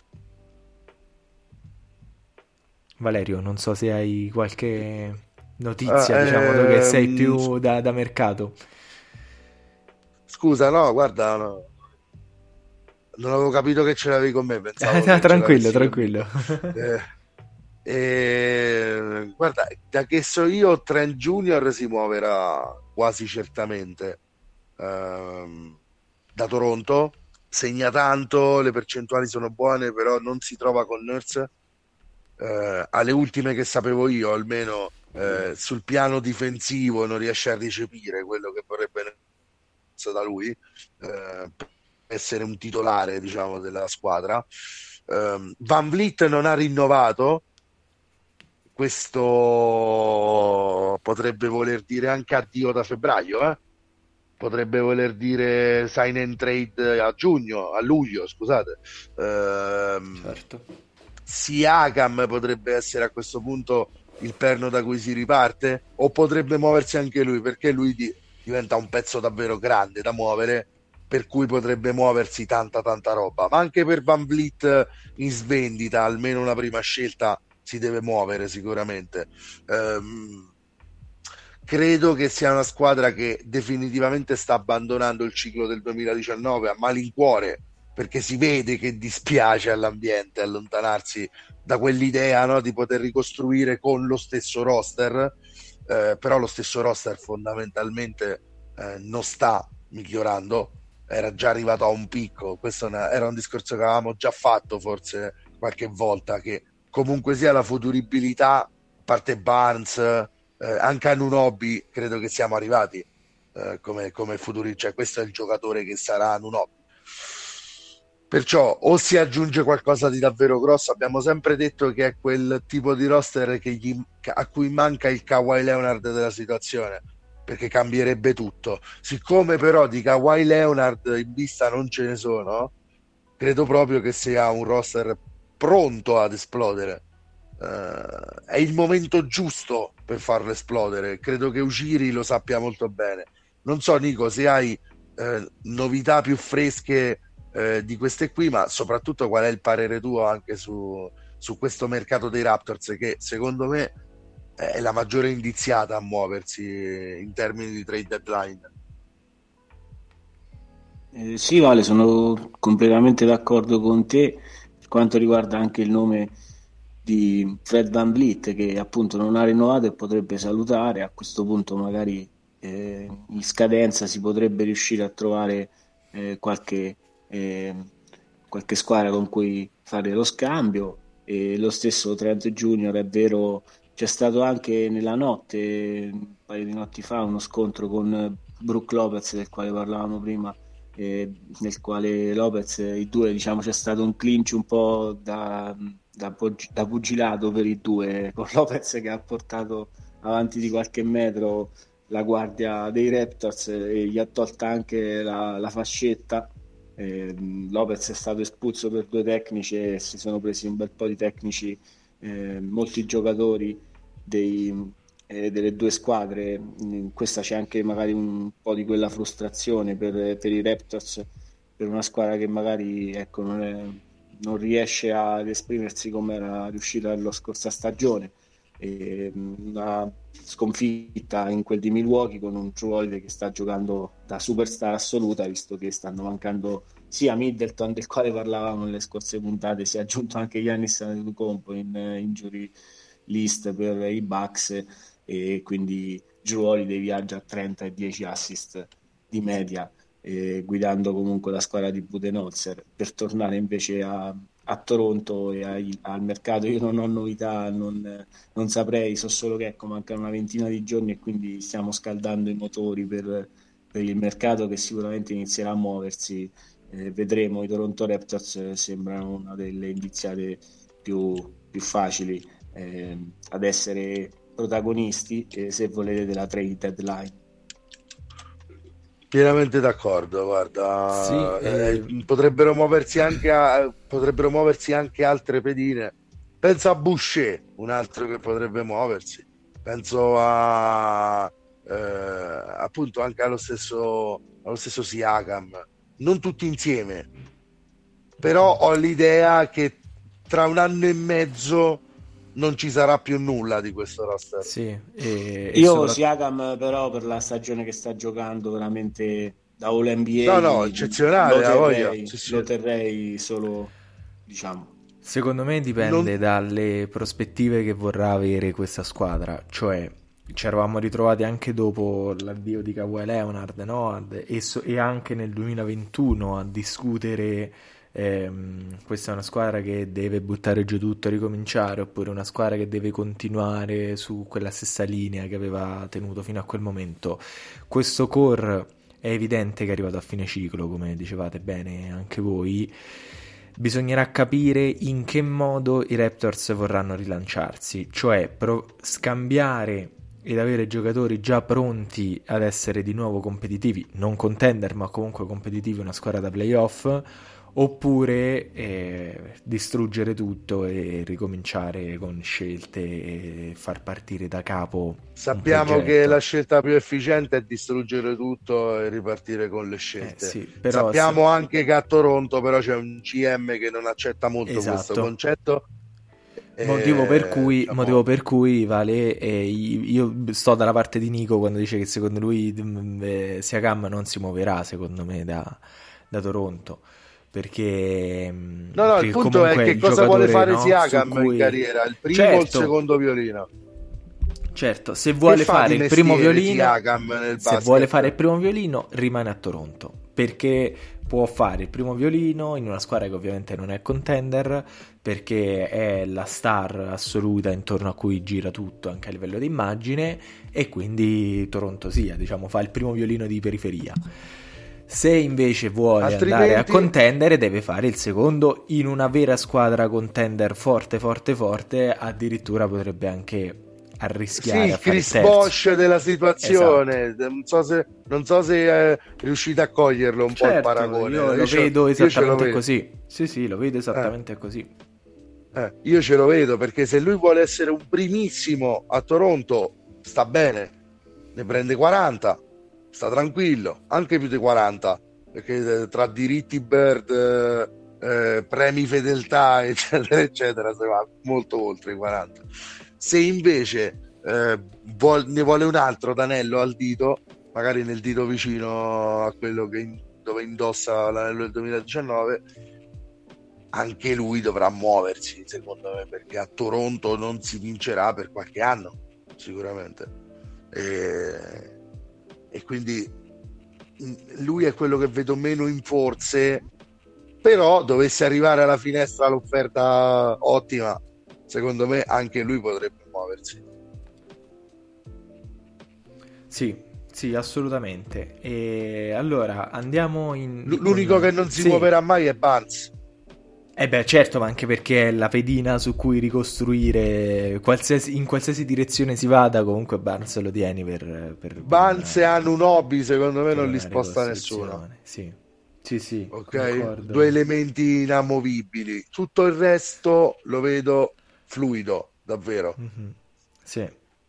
Valerio, non so se hai qualche Ah, notizia, diciamo, tu che sei ehm, più da, da mercato. scusa, no, guarda, no, non avevo capito che ce l'avevi con me, pensavo No, che ce tranquillo, l'avessi con tranquillo. Nico. Eh, eh, guarda, da che so io, Trent Junior si muoverà quasi certamente ehm, da Toronto, segna tanto, le percentuali sono buone, però non si trova con Nurse. Eh, alle ultime che sapevo io, almeno eh, sul piano difensivo non riesce a recepire quello che vorrebbe Nurse da lui, eh, per essere un titolare, diciamo, della squadra. Um, Van Vliet non ha rinnovato, questo potrebbe voler dire anche addio da febbraio, eh? Potrebbe voler dire sign and trade a giugno, a luglio, scusate. Ehm, Certo. Siakam potrebbe essere a questo punto il perno da cui si riparte, o potrebbe muoversi anche lui, perché lui di- diventa un pezzo davvero grande da muovere, per cui potrebbe muoversi tanta tanta roba. Ma anche per Van Vliet in svendita, almeno una prima scelta si deve muovere sicuramente. Ehm, credo che sia una squadra che definitivamente sta abbandonando il ciclo del duemiladiciannove a malincuore, perché si vede che dispiace all'ambiente allontanarsi da quell'idea, no, di poter ricostruire con lo stesso roster, eh, però lo stesso roster fondamentalmente eh, non sta migliorando, era già arrivato a un picco. Questo una, era un discorso che avevamo già fatto forse qualche volta, che comunque sia la futuribilità, a parte Barnes, eh, anche a Nunobi credo che siamo arrivati eh, come, come futuri, cioè questo è il giocatore che sarà Nunobi. Perciò o si aggiunge qualcosa di davvero grosso, abbiamo sempre detto che è quel tipo di roster che gli, a cui manca il Kawhi Leonard della situazione, perché cambierebbe tutto. Siccome però di Kawhi Leonard in vista non ce ne sono, credo proprio che sia un roster pronto ad esplodere. Uh, è il momento giusto per farlo esplodere. Credo che Ujiri lo sappia molto bene. Non so, Nico, se hai eh, novità più fresche eh, di queste qui, ma soprattutto qual è il parere tuo anche su, su questo mercato dei Raptors, che secondo me è la maggiore indiziata a muoversi in termini di trade deadline. Eh, sì, Vale, sono completamente d'accordo con te per quanto riguarda anche il nome di Fred VanVleet, che appunto non ha rinnovato e potrebbe salutare. A questo punto magari eh, in scadenza si potrebbe riuscire a trovare eh, qualche, eh, qualche squadra con cui fare lo scambio. E lo stesso Trent Junior, è vero, c'è stato anche nella notte, un paio di notti fa, uno scontro con Brook Lopez, del quale parlavamo prima, eh, nel quale Lopez, i due, diciamo, c'è stato un clinch un po' da, da, da pugilato per i due, con Lopez che ha portato avanti di qualche metro la guardia dei Raptors e gli ha tolta anche la, la fascetta. Eh, Lopez è stato espulso per due tecnici e si sono presi un bel po' di tecnici eh, molti giocatori dei, eh, delle due squadre. In questa c'è anche magari un po' di quella frustrazione per, per i Raptors, per una squadra che magari, ecco, non, è, non riesce ad esprimersi come era riuscita la scorsa stagione. E una sconfitta in quel di Milwaukee con un Jrue Holiday che sta giocando da superstar assoluta, visto che stanno mancando sia Middleton, del quale parlavamo nelle scorse puntate, si è aggiunto anche Giannis Antetokounmpo in injury list per i Bucks, e quindi Jrue Holiday viaggia a trenta e dieci assist di media, eh, guidando comunque la squadra di Budenholzer. Per tornare invece a a Toronto e ai, al mercato, io non ho novità, non, non saprei, so solo che ecco, mancano una ventina di giorni e quindi stiamo scaldando i motori per, per il mercato che sicuramente inizierà a muoversi. Eh, vedremo. I Toronto Raptors sembrano una delle indiziate più, più facili eh, ad essere protagonisti, eh, se volete, della trade deadline. Pienamente d'accordo, guarda, sì, eh, eh... potrebbero muoversi anche a, potrebbero muoversi anche altre pedine. Penso a Boucher, un altro che potrebbe muoversi. Penso a eh, appunto anche allo stesso allo stesso Siakam. Non tutti insieme, però ho l'idea che tra un anno e mezzo non ci sarà più nulla di questo roster. Sì, e, io soprattutto... Siakam però, per la stagione che sta giocando, veramente da All N B A, no no eccezionale, lo terrei, voglia. Sì, sì. lo terrei solo, diciamo. Secondo me dipende non... dalle prospettive che vorrà avere questa squadra, cioè ci eravamo ritrovati anche dopo l'addio di Kawhi Leonard, no? e, so- e anche nel duemilaventuno a discutere ehm, questa è una squadra che deve buttare giù tutto e ricominciare, oppure una squadra che deve continuare su quella stessa linea che aveva tenuto fino a quel momento. Questo core è evidente che è arrivato a fine ciclo, come dicevate bene anche voi. Bisognerà capire in che modo i Raptors vorranno rilanciarsi, cioè pro- scambiare ed avere giocatori già pronti ad essere di nuovo competitivi, non contender ma comunque competitivi, una squadra da playoff, oppure eh, distruggere tutto e ricominciare con scelte e far partire da capo. Sappiamo che la scelta più efficiente è distruggere tutto e ripartire con le scelte. Eh, sì, però sappiamo sì. anche che a Toronto però c'è un G M che non accetta molto esatto. questo concetto. Motivo per cui, diciamo... motivo per cui Vale, eh, io sto dalla parte di Nico quando dice che secondo lui eh, Siakam non si muoverà, secondo me, da, da Toronto. perché no no perché il punto è che cosa vuole fare, no, Siakam cui... in carriera, il primo certo, o il secondo violino? Certo, se vuole fare il primo violino, nel se vuole fare il primo violino rimane a Toronto, perché può fare il primo violino in una squadra che ovviamente non è contender, perché è la star assoluta intorno a cui gira tutto anche a livello di immagine, e quindi Toronto sia, diciamo, fa il primo violino di periferia. Se invece vuole altrimenti... andare a contendere, deve fare il secondo in una vera squadra contender forte forte forte, addirittura potrebbe anche arrischiare sì, a fare Chris Bosh della situazione. Esatto. non so se non so se è riuscito a coglierlo un certo, po' il paragone. Io, io lo vedo esattamente così. Sì, sì, lo vedo esattamente eh. così. Eh, io ce lo vedo, perché se lui vuole essere un primissimo a Toronto sta bene, ne prende quaranta, sta tranquillo, anche più di quaranta, perché tra diritti Bird, eh, premi fedeltà eccetera eccetera si va molto oltre i quaranta. Se invece eh, vuol, ne vuole un altro d'anello al dito, magari nel dito vicino a quello che in, dove indossa l'anello del duemiladiciannove, anche lui dovrà muoversi, secondo me, perché a Toronto non si vincerà per qualche anno sicuramente, e, e quindi lui è quello che vedo meno in forze. Però dovesse arrivare alla finestra l'offerta ottima, secondo me anche lui potrebbe muoversi. Sì, sì, assolutamente. E allora andiamo in... L'unico con... che non si sì. muoverà mai è Barnes. Eh beh, certo, ma anche perché è la pedina su cui ricostruire qualsiasi, in qualsiasi direzione si vada, comunque Barnes lo tieni per... per Barnes e Anunoby, secondo me non li sposta nessuno. nessuno. Sì. Sì, sì, ok, concordo. Due elementi inamovibili. Tutto il resto lo vedo fluido, davvero. Mm-hmm. Sì.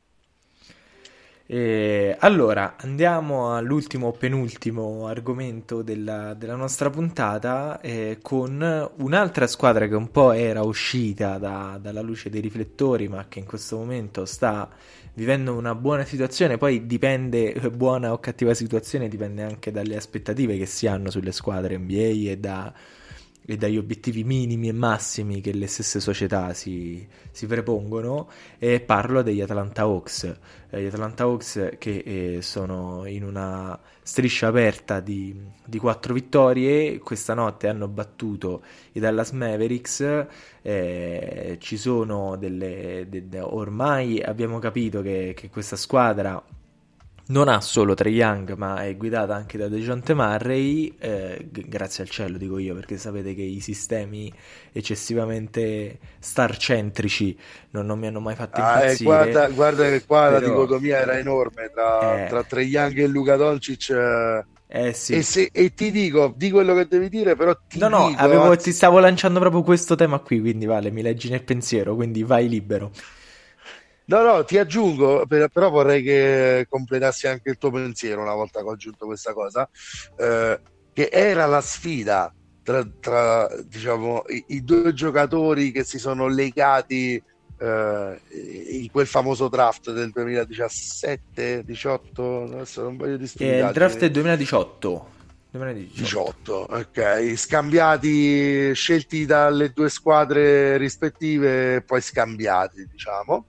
E allora andiamo all'ultimo penultimo argomento della, della nostra puntata, eh, con un'altra squadra che un po' era uscita da, dalla luce dei riflettori, ma che in questo momento sta vivendo una buona situazione. Poi dipende, buona o cattiva situazione, dipende anche dalle aspettative che si hanno sulle squadre N B A e, da, e dagli obiettivi minimi e massimi che le stesse società si, si prepongono, e parlo degli Atlanta Hawks. Eh, gli Atlanta Hawks che eh, sono in una striscia aperta di, di quattro vittorie, questa notte hanno battuto i Dallas Mavericks. Eh, ci sono delle, de, de, ormai abbiamo capito che, che questa squadra non ha solo Trae Young, ma è guidata anche da DeJounte Murray, eh, g- grazie al cielo dico io, perché sapete che i sistemi eccessivamente starcentrici non, non mi hanno mai fatto ah, impazzire. Eh, guarda, guarda che qua però... la dicotomia era enorme tra, eh... tra Trae Young e Luka Doncic. Eh... Eh sì. E, se, e ti dico, di quello che devi dire, però ti no no dico, avevo, anzi... ti stavo lanciando proprio questo tema qui, quindi Vale, mi leggi nel pensiero, quindi vai libero. No, no, ti aggiungo, per, però vorrei che completassi anche il tuo pensiero una volta che ho aggiunto questa cosa, eh, che era la sfida tra, tra diciamo, i, i due giocatori che si sono legati eh, in quel famoso draft del duemiladiciassette diciotto, adesso non voglio disturbare. Eh, il draft del duemiladiciotto. duemiladiciotto, ok, scambiati, scelti dalle due squadre rispettive, poi scambiati, diciamo.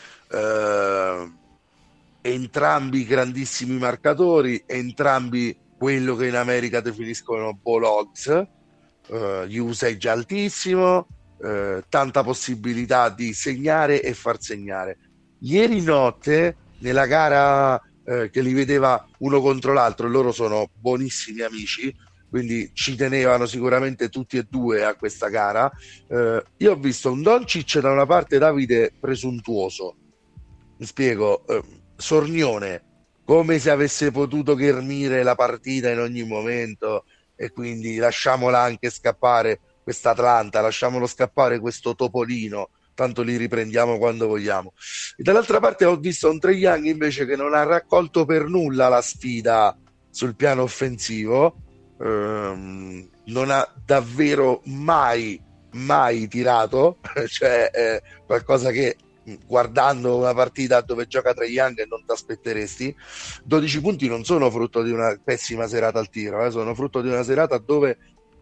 Uh, entrambi grandissimi marcatori, entrambi quello che in America definiscono ball hogs, uh, usage altissimo, uh, tanta possibilità di segnare e far segnare. Ieri notte nella gara uh, che li vedeva uno contro l'altro, loro sono buonissimi amici, quindi ci tenevano sicuramente tutti e due a questa gara. Uh, io ho visto un Doncic da una parte, Davide, presuntuoso. Mi spiego, eh, sornione, come se avesse potuto ghermire la partita in ogni momento, e quindi lasciamola anche scappare questa Atlanta, lasciamolo scappare questo Topolino, tanto li riprendiamo quando vogliamo. E dall'altra parte ho visto un Trae Young invece che non ha raccolto per nulla la sfida sul piano offensivo, ehm, non ha davvero mai, mai tirato, cioè eh, qualcosa che guardando una partita dove gioca Trae Young non ti aspetteresti. Dodici punti non sono frutto di una pessima serata al tiro, eh, sono frutto di una serata dove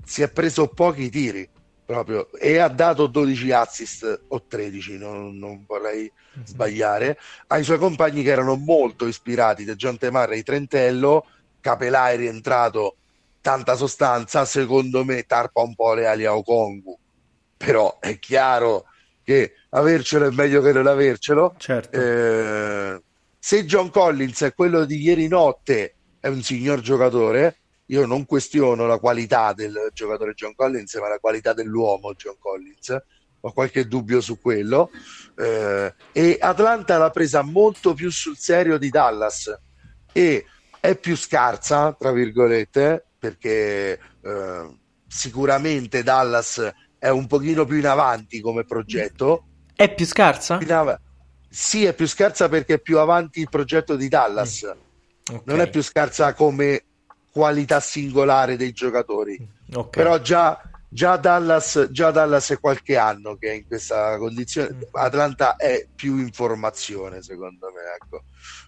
si è preso pochi tiri proprio e ha dato dodici assist o tredici, non, non vorrei mm-hmm. sbagliare, ai suoi compagni che erano molto ispirati. Dejounte Murray trentello, Capelà è rientrato, tanta sostanza, secondo me tarpa un po' le ali a Okongwu, però è chiaro che avercelo è meglio che non avercelo. Certo. Eh, se John Collins è quello di ieri notte, è un signor giocatore. Io non questiono la qualità del giocatore John Collins, ma la qualità dell'uomo John Collins. Ho qualche dubbio su quello. Eh, e Atlanta l'ha presa molto più sul serio di Dallas e è più scarsa, tra virgolette, perché eh, sicuramente Dallas è un pochino più in avanti come progetto. È più scarsa? Av- sì, è più scarsa perché è più avanti il progetto di Dallas. Mm. Okay. Non è più scarsa come qualità singolare dei giocatori. Okay. Però già, già, Dallas, già Dallas è qualche anno che è in questa condizione. Mm. Atlanta è più informazione, secondo me. Ecco.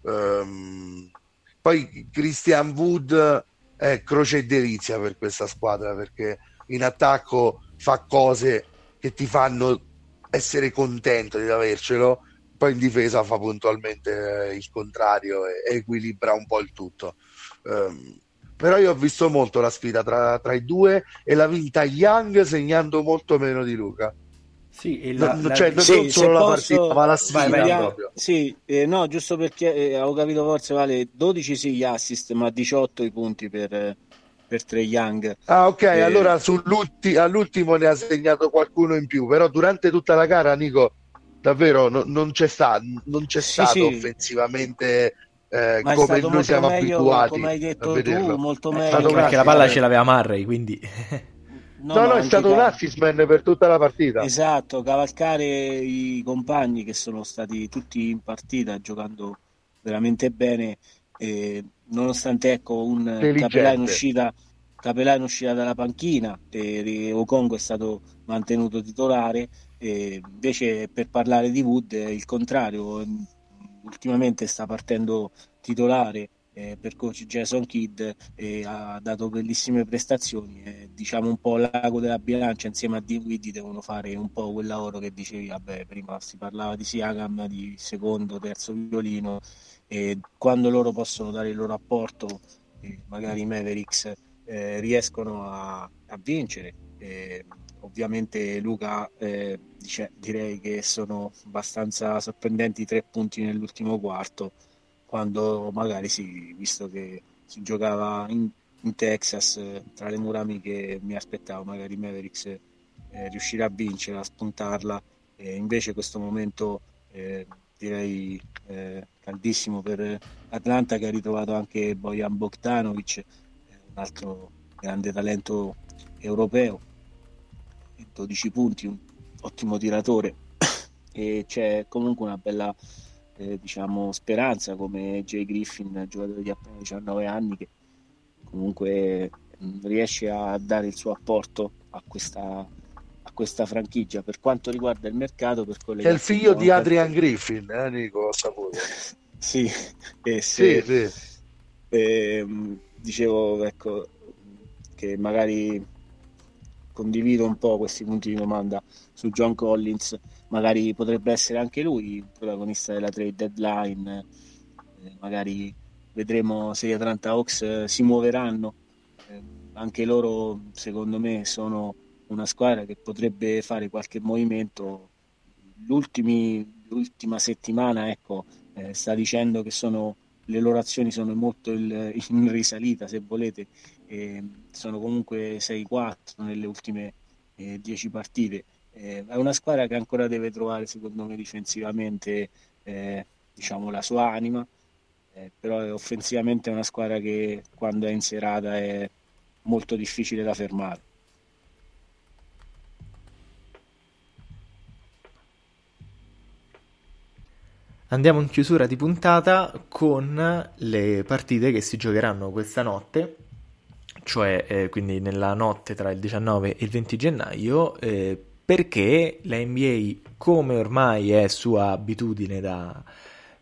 Um, poi Christian Wood è croce e delizia per questa squadra, perché in attacco fa cose che ti fanno essere contento di avercelo, poi in difesa fa puntualmente il contrario e equilibra un po' il tutto. Um, però io ho visto molto la sfida tra, tra i due e l'ha vinta Young segnando molto meno di Luca. Sì, e la, no, la... cioè, non sì, solo la posso... partita, ma la sfida vai, vai, proprio. Sì, eh, no, giusto perché eh, avevo capito, forse vale dodici sì gli assist, ma diciotto i punti per, per Trae Young. Ah, ok, eh... allora sull'ultimo, all'ultimo ne ha segnato qualcuno in più, però durante tutta la gara, Nico, davvero no, non c'è stato, non c'è sì, stato sì. offensivamente eh, ma come noi siamo meglio, abituati come hai detto a vederlo. tu, molto eh, meglio perché la palla ce l'aveva Murray, quindi no, no, no è stato un assist man per tutta la partita. Esatto, cavalcare i compagni che sono stati tutti in partita giocando veramente bene, eh, nonostante ecco un Capelà in uscita Capelà in uscita dalla panchina, e Okongwu è stato mantenuto titolare. E invece, per parlare di Wood, il contrario, ultimamente sta partendo titolare eh, per coach Jason Kidd e ha dato bellissime prestazioni. Eh, diciamo un po' l'ago della bilancia insieme a Dinwiddie devono fare un po' quel lavoro che dicevi. Vabbè, prima si parlava di Siakam, di secondo, terzo violino, e quando loro possono dare il loro apporto, eh, magari i Mavericks eh, riescono a, a vincere. Eh, ovviamente Luca, eh, dice, direi che sono abbastanza sorprendenti i tre punti nell'ultimo quarto, quando magari sì, visto che si giocava in, in Texas, eh, tra le mura amiche, mi aspettavo magari Mavericks eh, riuscire a vincere, a spuntarla, e invece questo momento eh, direi eh, caldissimo per Atlanta, che ha ritrovato anche Bojan Bogdanovic, eh, un altro grande talento europeo, dodici punti, un ottimo tiratore, e c'è comunque una bella eh, diciamo speranza come Jay Griffin, giocatore di appena diciannove anni, che comunque mh, riesce a dare il suo apporto a questa, a questa franchigia. Per quanto riguarda il mercato, per è il figlio di Adrian Griffin, eh, Nico, ho saputo. sì, e se, sì, sì. Eh, dicevo ecco che magari condivido un po' questi punti di domanda su John Collins, magari potrebbe essere anche lui il protagonista della trade deadline, eh, magari vedremo se gli Atlanta Hawks eh, si muoveranno, eh, anche loro secondo me sono una squadra che potrebbe fare qualche movimento. L'ultimi, l'ultima settimana ecco eh, sta dicendo che sono le loro azioni sono molto il, in risalita, se volete. Eh, sono comunque sei quattro nelle ultime eh, dieci partite. Eh, è una squadra che ancora deve trovare, secondo me, difensivamente eh, diciamo la sua anima, eh, però è offensivamente una squadra che quando è in serata è molto difficile da fermare. Andiamo in chiusura di puntata con le partite che si giocheranno questa notte, cioè eh, quindi nella notte tra il diciannove e il venti gennaio, eh, perché la N B A, come ormai è sua abitudine da,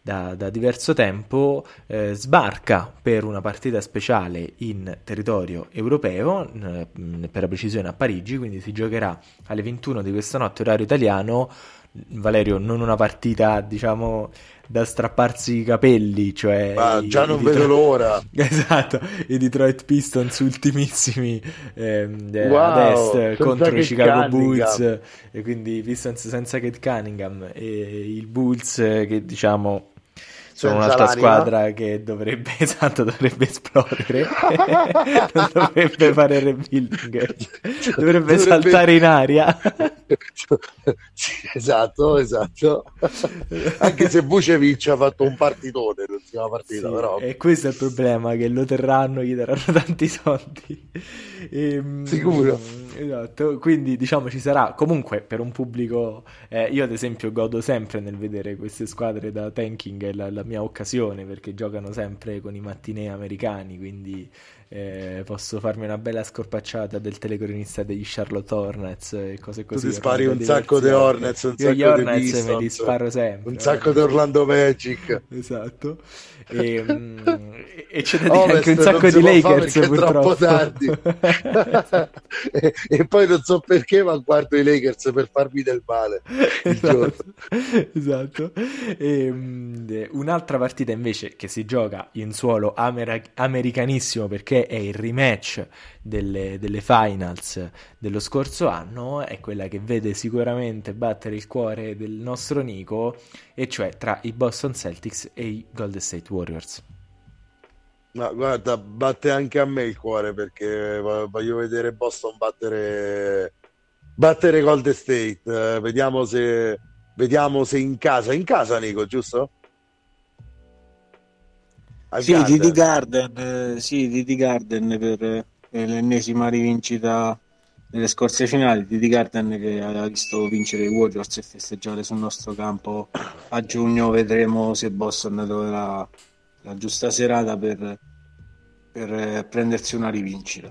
da, da diverso tempo, eh, sbarca per una partita speciale in territorio europeo, eh, per la precisione a Parigi, quindi si giocherà alle ventuno di questa notte orario italiano. Valerio, non una partita, diciamo, da strapparsi i capelli, cioè ma i, già non i vedo Detroit... l'ora. Esatto, i Detroit Pistons ultimissimi ehm, Wow, ad est contro i Chicago Cunningham. Bulls, e quindi i Pistons senza Kate Cunningham e il Bulls che, diciamo, sono Senza un'altra l'anima. squadra che dovrebbe, esatto, dovrebbe esplodere, non dovrebbe fare rebuilding, dovrebbe, Dovrebbe- saltare in aria. Sì, esatto, esatto. Anche se Vucevic ha fatto un partitone l'ultima partita, Sì, però e questo è il problema, che lo terranno, gli daranno tanti soldi. Ehm, Sicuro. Esatto, quindi diciamo ci sarà comunque per un pubblico, eh, io ad esempio godo sempre nel vedere queste squadre da tanking, è la, la mia occasione, perché giocano sempre con i mattinei americani, quindi eh, posso farmi una bella scorpacciata del telecronista degli Charlotte Hornets e cose tu così. ti spari ormai da un sacco di diversi anni. Hornets, un Io gli sacco di Hornets me li Pistons, sparo sempre, un sacco di guarda. Orlando Magic. Esatto. E, mm, e c'è da dire anche Ovest un non sacco si di può fare Lakers, perché è troppo purtroppo. tardi. e, e poi non so perché, ma guardo i Lakers per farmi del male il giorno. Esatto, esatto. E, mm, un'altra partita invece che si gioca in suolo amera- americanissimo, perché è il rematch delle, delle finals dello scorso anno, è quella che vede sicuramente battere il cuore del nostro Nico, e cioè tra i Boston Celtics e i Golden State Warriors. Ma guarda, batte anche a me il cuore perché vo- voglio vedere Boston battere battere Golden State. Eh, vediamo se vediamo se in casa, in casa Nico, giusto? Al Sì, di D Garden. Garden, eh, sì, di D Garden per eh, l'ennesima rivincita nelle scorse finali. di D Garden che aveva visto vincere i Warriors e festeggiare sul nostro campo a giugno. Vedremo se Boston troverà la giusta serata per, per eh, prendersi una rivincita.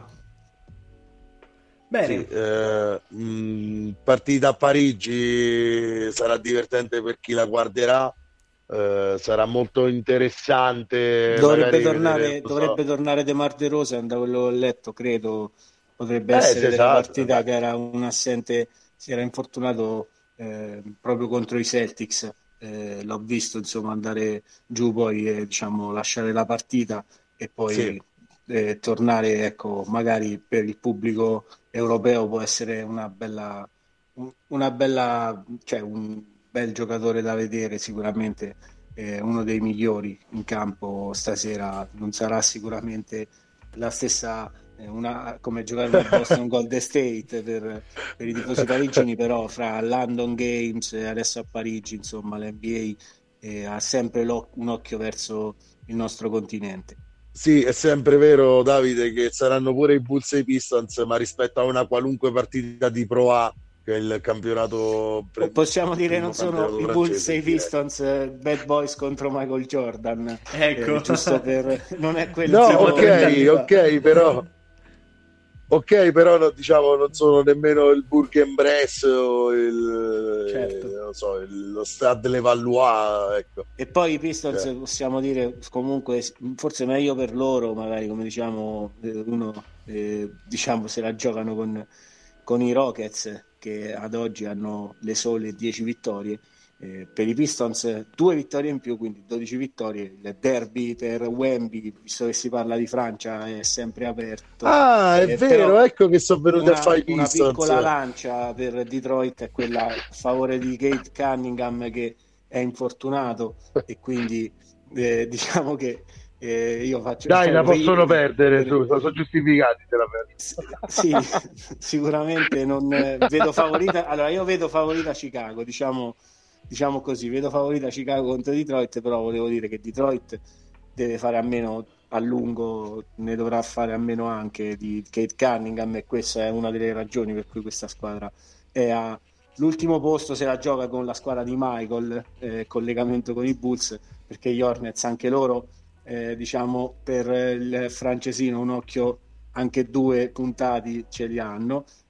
Bene. Sì, eh, mh, partita a Parigi sarà divertente per chi la guarderà, eh, sarà molto interessante Dovrebbe magari tornare, vedere, non so. dovrebbe tornare DeMar DeRozan, da quello che ho letto, credo. Potrebbe Eh, essere sì, della esatto, partita esatto. che era un assente, si era infortunato eh, proprio contro i Celtics. Eh, l'ho visto insomma andare giù, poi eh, diciamo lasciare la partita e poi Sì. eh, tornare, ecco, magari per il pubblico europeo può essere una bella, un- una bella, cioè un bel giocatore da vedere, sicuramente eh, uno dei migliori in campo stasera. Non sarà sicuramente la stessa eh, una, come giocare nel Boston Golden State per, per i tifosi parigini, però fra London Games e adesso a Parigi, insomma, l'N B A eh, ha sempre l'oc- un occhio verso il nostro continente. Sì, è sempre vero, Davide, che saranno pure i Bulls e i Pistons, ma rispetto a una qualunque partita di Pro A, che è il campionato pre- O possiamo dire primo non sono campionato i Bulls francese, e i direi. Pistons eh, Bad Boys contro Michael Jordan, Ecco. eh, giusto per non è quello, No, insomma, Siamo trent'anni ok, fa. ok, però ok, però no, diciamo non sono nemmeno il Bourg-en-Bresse o il, Certo. eh, non so, il- lo Stade Levallois, ecco. E poi i Pistons Cioè. possiamo dire comunque forse meglio per loro, magari come diciamo eh, uno eh, diciamo se la giocano con, con i Rockets che ad oggi hanno le sole dieci vittorie. Eh, per i Pistons due vittorie in più, quindi dodici vittorie. Il derby per Wembley, visto che si parla di Francia, è sempre aperto. Ah, è Eh, vero, però ecco che sono venuti a una, fare i una Pistons. piccola lancia per Detroit è quella a favore di Kate Cunningham, che è infortunato, e quindi eh, diciamo che eh, io faccio Dai, la possono per- perdere, per- su, sono giustificati se la S- perdono. sì, sicuramente non eh, vedo favorita. Allora, io vedo favorita Chicago, diciamo, diciamo così, vedo favorita Chicago contro Detroit, però volevo dire che Detroit deve fare a meno a lungo, ne dovrà fare a meno anche di Kate Cunningham, e questa è una delle ragioni per cui questa squadra è all'ultimo posto, se la gioca con la squadra di Michael, eh, collegamento con i Bulls, perché gli Hornets anche loro, eh, diciamo, per il francesino un occhio, anche due puntati ce li hanno,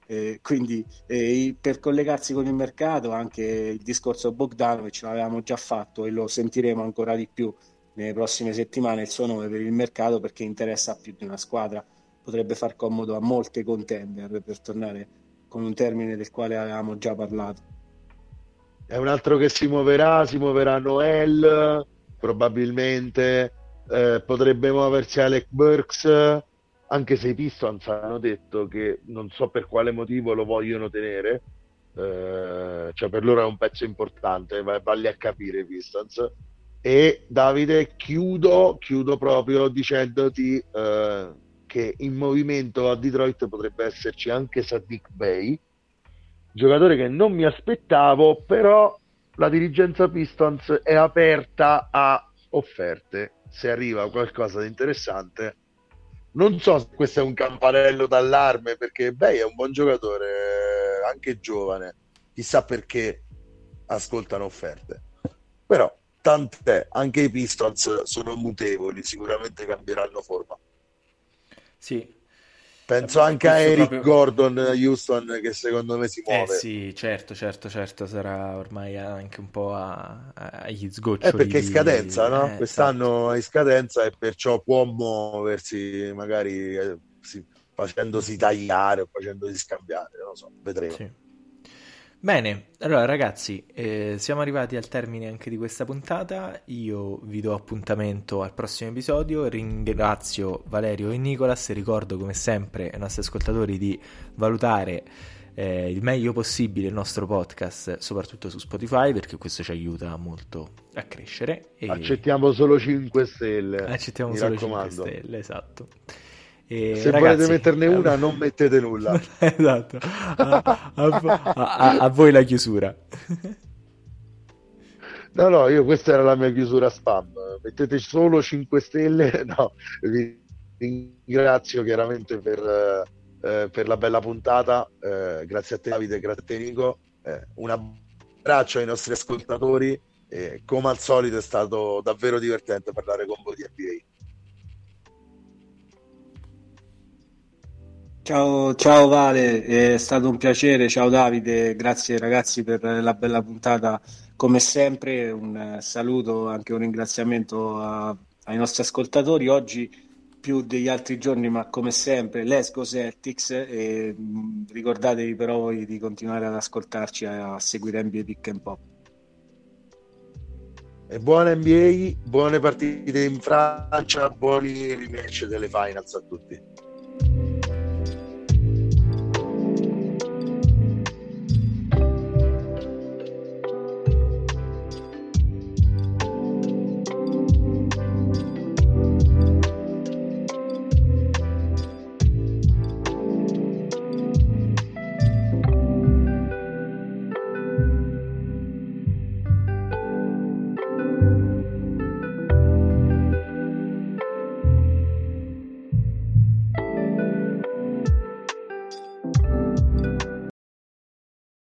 Eh, quindi eh, per collegarsi con il mercato, anche il discorso Bogdanovic l'avevamo già fatto e lo sentiremo ancora di più nelle prossime settimane, il suo nome per il mercato, perché interessa a più di una squadra, potrebbe far comodo a molte contender, per tornare con un termine del quale avevamo già parlato. È un altro che si muoverà, si muoverà Noel, probabilmente, eh, potrebbe muoversi Alec Burks, anche se i Pistons hanno detto che non so per quale motivo lo vogliono tenere, eh, cioè per loro è un pezzo importante, va- valli a capire i Pistons. E Davide, chiudo, chiudo proprio dicendoti eh, che in movimento a Detroit potrebbe esserci anche Saddiq Bey, giocatore che non mi aspettavo, però la dirigenza Pistons è aperta a offerte se arriva qualcosa di interessante. Non so se questo è un campanello d'allarme, perché Bey è un buon giocatore, anche giovane, chissà perché ascoltano offerte, però tant'è, anche i Pistons sono mutevoli, sicuramente cambieranno forma. Sì. Penso anche a Questo Eric proprio... Gordon Houston, che secondo me si Eh muove. sì, certo, certo, certo, sarà ormai anche un po' a- a- agli È sgoccioli perché è in di... scadenza, no? Eh, esatto. Quest'anno è in scadenza e perciò può muoversi magari eh, sì, facendosi tagliare o facendosi scambiare, non lo so, vedremo. Sì. Bene, allora ragazzi, eh, siamo arrivati al termine anche di questa puntata. Io vi do appuntamento al prossimo episodio. Ringrazio Valerio e Nicolas e ricordo come sempre ai nostri ascoltatori di valutare eh, il meglio possibile il nostro podcast, soprattutto su Spotify, perché questo ci aiuta molto a crescere. E Accettiamo solo cinque stelle, accettiamo mi solo cinque raccomando. stelle, esatto. E Se volete ragazzi, metterne eh, una, non mettete nulla. esatto, a, a- a- a voi la chiusura. No, no, io questa era la mia chiusura spam. Mettete solo cinque stelle. No, vi ringrazio chiaramente per, eh, per la bella puntata. Eh, grazie a te, Davide, grazie a te, Nico. Eh, un abbraccio ai nostri ascoltatori. E come al solito è stato davvero divertente parlare con voi di N B A. Ciao, ciao Vale, è stato un piacere, ciao Davide, grazie ragazzi per la bella puntata come sempre, un eh, saluto, anche un ringraziamento a- ai nostri ascoltatori, oggi più degli altri giorni, ma come sempre, Let's Go Celtics, e mh, ricordatevi però voi di continuare ad ascoltarci e a seguire N B A Pick and Pop. E buona N B A, buone partite in Francia, buoni rematch delle finals a tutti.